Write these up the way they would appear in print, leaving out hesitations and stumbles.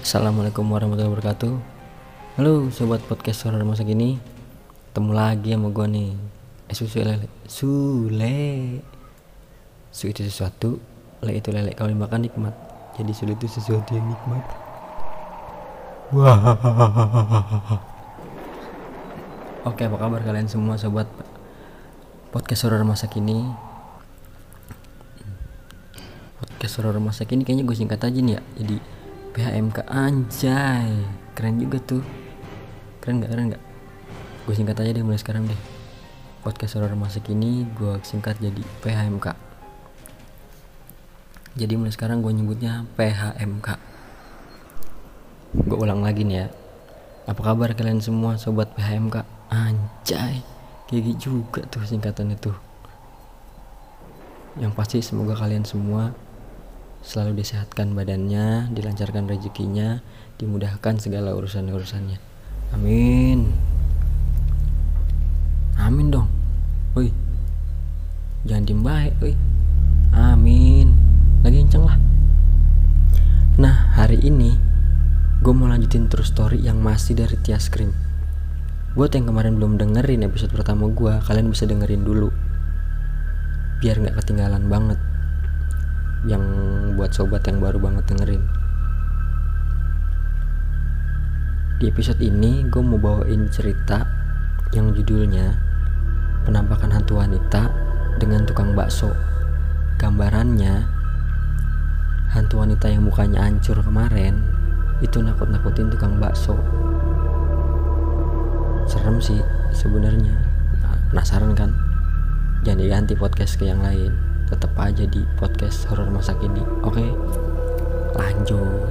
Assalamualaikum warahmatullahi wabarakatuh. Halo sobat podcast horor masa kini, ketemu lagi sama gue nih. Su itu sesuatu, le itu lele kalau dimakan nikmat. Jadi Sule itu sesuatu yang nikmat. Wah. Oke, apa kabar kalian semua sobat podcast horor masa kini? Podcast horor masa kini kayaknya gue singkat aja nih ya. Jadi PHMK, anjay, keren juga tuh. Keren gak? Gue singkat aja deh mulai sekarang deh. Podcast horor masa kini gue singkat jadi PHMK. Jadi mulai sekarang gue nyebutnya PHMK. Gue ulang lagi nih ya. Apa kabar kalian semua sobat PHMK? Anjay, kayak gitu juga tuh singkatannya tuh. Yang pasti semoga kalian semua selalu disehatkan badannya, dilancarkan rezekinya, dimudahkan segala urusannya. Amin. Amin dong. Woi, jangan diem baik, woi. Amin. Lagi kenceng lah. Nah, hari ini gue mau lanjutin terus story yang masih dari Tias Krim. Buat yang kemarin belum dengerin episode pertama gue, kalian bisa dengerin dulu biar gak ketinggalan banget. Yang buat sobat yang baru banget dengerin, di episode ini gue mau bawain cerita yang judulnya Penampakan Hantu Wanita dengan Tukang Bakso. Gambarannya, hantu wanita yang mukanya hancur kemarin itu nakut-nakutin tukang bakso. Serem sih sebenarnya. Penasaran kan? Jangan diganti podcast ke yang lain, tetap aja di podcast horor masa kini. Oke, lanjut.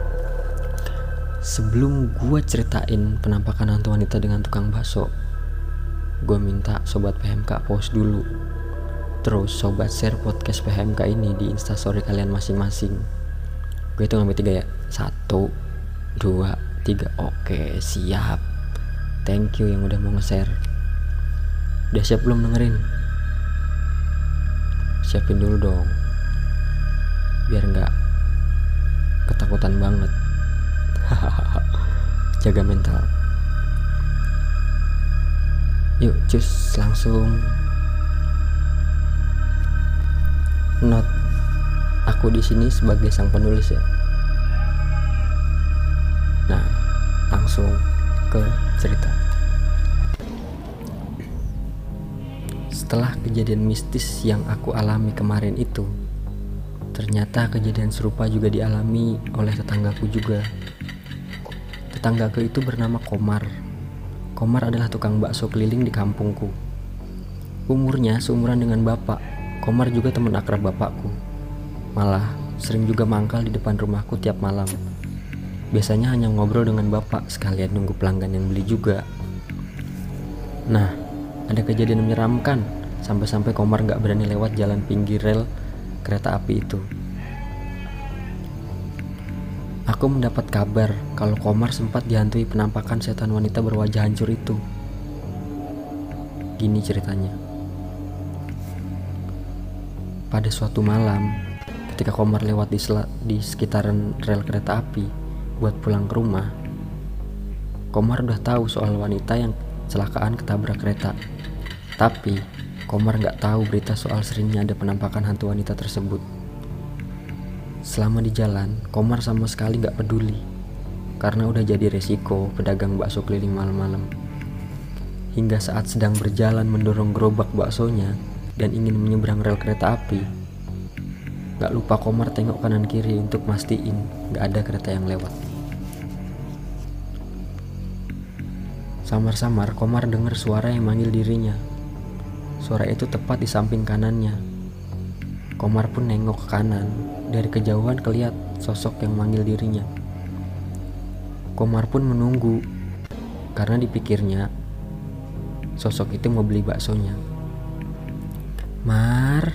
Sebelum gue ceritain penampakan hantu wanita dengan tukang bakso, gue minta sobat PHMK pause dulu. Terus sobat share podcast PHMK ini di instastory kalian masing-masing. Gue hitung sampai 3 ya. 1, 2, 3. Oke, siap. Thank you yang udah mau nge-share. Udah siap belum dengerin? Siapin dulu dong, biar gak ketakutan banget. Jaga mental. Yuk cus, langsung. Note, aku di sini sebagai sang penulis ya. Nah, langsung ke cerita. Setelah kejadian mistis yang aku alami kemarin itu, ternyata kejadian serupa juga dialami oleh tetanggaku juga. Tetanggaku itu bernama Komar. Komar adalah tukang bakso keliling di kampungku. Umurnya seumuran dengan bapak. Komar juga teman akrab bapakku. Malah sering juga mangkal di depan rumahku tiap malam. Biasanya hanya ngobrol dengan bapak sekalian nunggu pelanggan yang beli juga. Nah, ada kejadian menyeramkan, sampai-sampai Komar gak berani lewat jalan pinggir rel kereta api itu. Aku mendapat kabar kalau Komar sempat dihantui penampakan setan wanita berwajah hancur itu. Gini ceritanya. Pada suatu malam, ketika Komar lewat di sekitaran rel kereta api buat pulang ke rumah, Komar udah tahu soal wanita yang kecelakaan ketabrak kereta. Tapi Komar gak tahu berita soal seringnya ada penampakan hantu wanita tersebut. Selama di jalan, Komar sama sekali gak peduli, karena udah jadi resiko pedagang bakso keliling malam-malam. Hingga saat sedang berjalan mendorong gerobak baksonya dan ingin menyeberang rel kereta api, gak lupa Komar tengok kanan kiri untuk mastiin gak ada kereta yang lewat. Samar-samar Komar dengar suara yang manggil dirinya. Suara itu tepat di samping kanannya. Komar pun nengok ke kanan. Dari kejauhan kelihat sosok yang manggil dirinya. Komar pun menunggu, karena dipikirnya sosok itu mau beli baksonya. Mar,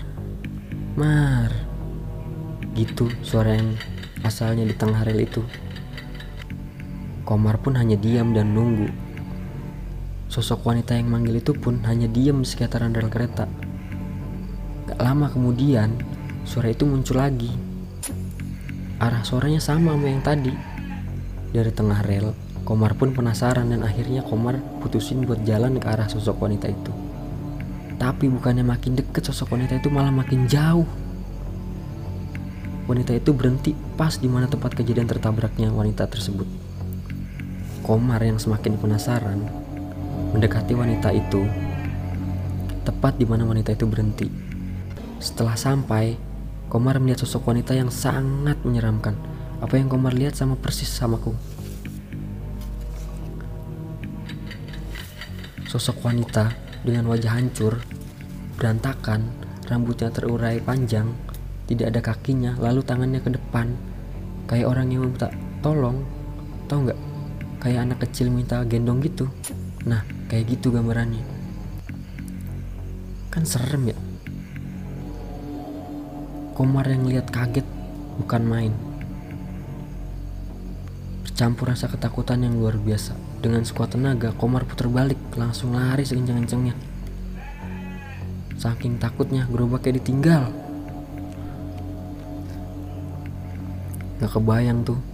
gitu suara yang asalnya di tengah rel itu. Komar pun hanya diam dan nunggu. Sosok wanita yang manggil itu pun hanya diam di sekitaran rel kereta. Gak lama kemudian, suara itu muncul lagi. Arah suaranya sama yang tadi. Dari tengah rel, Komar pun penasaran dan akhirnya Komar putusin buat jalan ke arah sosok wanita itu. Tapi bukannya makin deket, sosok wanita itu malah makin jauh. Wanita itu berhenti pas di mana tempat kejadian tertabraknya wanita tersebut. Komar yang semakin penasaran mendekati wanita itu tepat di mana wanita itu berhenti. Setelah sampai, Komar melihat sosok wanita yang sangat menyeramkan. Apa yang Komar lihat sama persis samaku. Sosok wanita dengan wajah hancur, berantakan, rambutnya terurai panjang, tidak ada kakinya, lalu tangannya ke depan, kayak orang yang minta tolong. Tahu nggak? Kayak anak kecil minta gendong gitu. Nah, kayak gitu gambarannya. Kan serem ya. Komar yang lihat kaget bukan main. Bercampur rasa ketakutan yang luar biasa. Dengan sekuat tenaga, Komar putar balik, langsung lari sekencang-kencangnya. Saking takutnya, gerobaknya ditinggal. Gak kebayang tuh.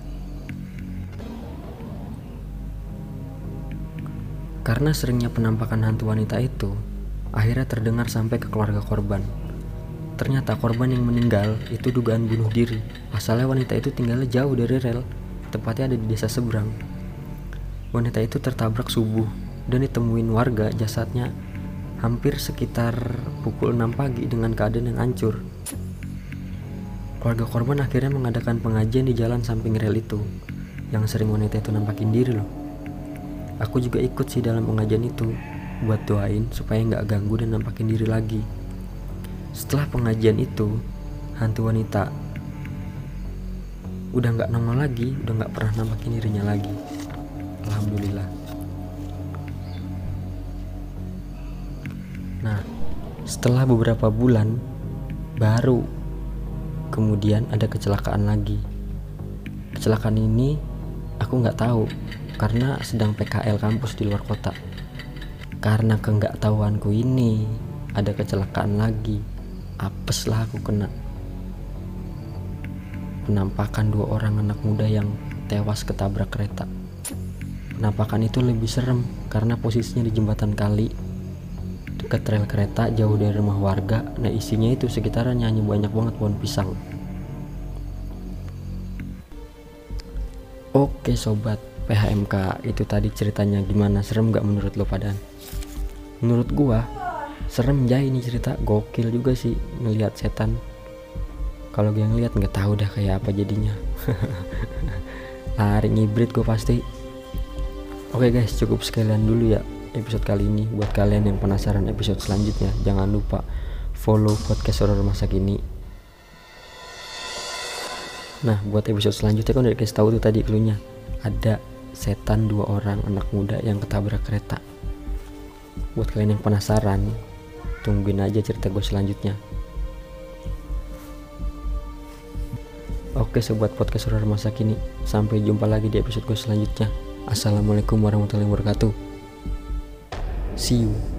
Karena seringnya penampakan hantu wanita itu, akhirnya terdengar sampai ke keluarga korban. Ternyata korban yang meninggal itu dugaan bunuh diri. Pasalnya wanita itu tinggalnya jauh dari rel, tepatnya ada di desa seberang. Wanita itu tertabrak subuh dan ditemuin warga jasadnya hampir sekitar pukul 6 pagi dengan keadaan yang hancur. Keluarga korban akhirnya mengadakan pengajian di jalan samping rel itu, yang sering wanita itu nampakin diri loh. Aku juga ikut sih dalam pengajian itu, buat doain supaya gak ganggu dan nampakin diri lagi. Setelah pengajian itu, hantu wanita udah gak nongol lagi, udah gak pernah nampakin dirinya lagi. Alhamdulillah. Nah, setelah beberapa bulan, baru kemudian ada kecelakaan lagi. Kecelakaan ini aku gak tahu karena sedang PKL kampus di luar kota. Karena keenggaktahuanku ini, ada kecelakaan lagi. Apes lah aku kena. Penampakan 2 orang anak muda yang tewas ketabrak kereta. Penampakan itu lebih serem karena posisinya di jembatan kali, dekat rel kereta, jauh dari rumah warga. Nah, isinya itu sekitaran hanya banyak banget pohon pisang. Oke sobat PHMK, itu tadi ceritanya. Gimana, serem gak menurut lo padaan? Menurut gua serem ya, ini cerita gokil juga sih ngelihat setan. Kalau gue ngeliat nggak tahu dah kayak apa jadinya. Lari ngibrit gue pasti. Oke guys, cukup sekalian dulu ya episode kali ini. Buat kalian yang penasaran episode selanjutnya, jangan lupa follow podcast horor masa kini. Nah, buat episode selanjutnya kan udah dikasih tahu tuh tadi cluenya. Ada setan 2 orang anak muda yang ketabrak kereta. Buat kalian yang penasaran, tungguin aja cerita gue selanjutnya. Oke sobat podcast horor masa kini, sampai jumpa lagi di episode gue selanjutnya. Assalamualaikum warahmatullahi wabarakatuh. See you.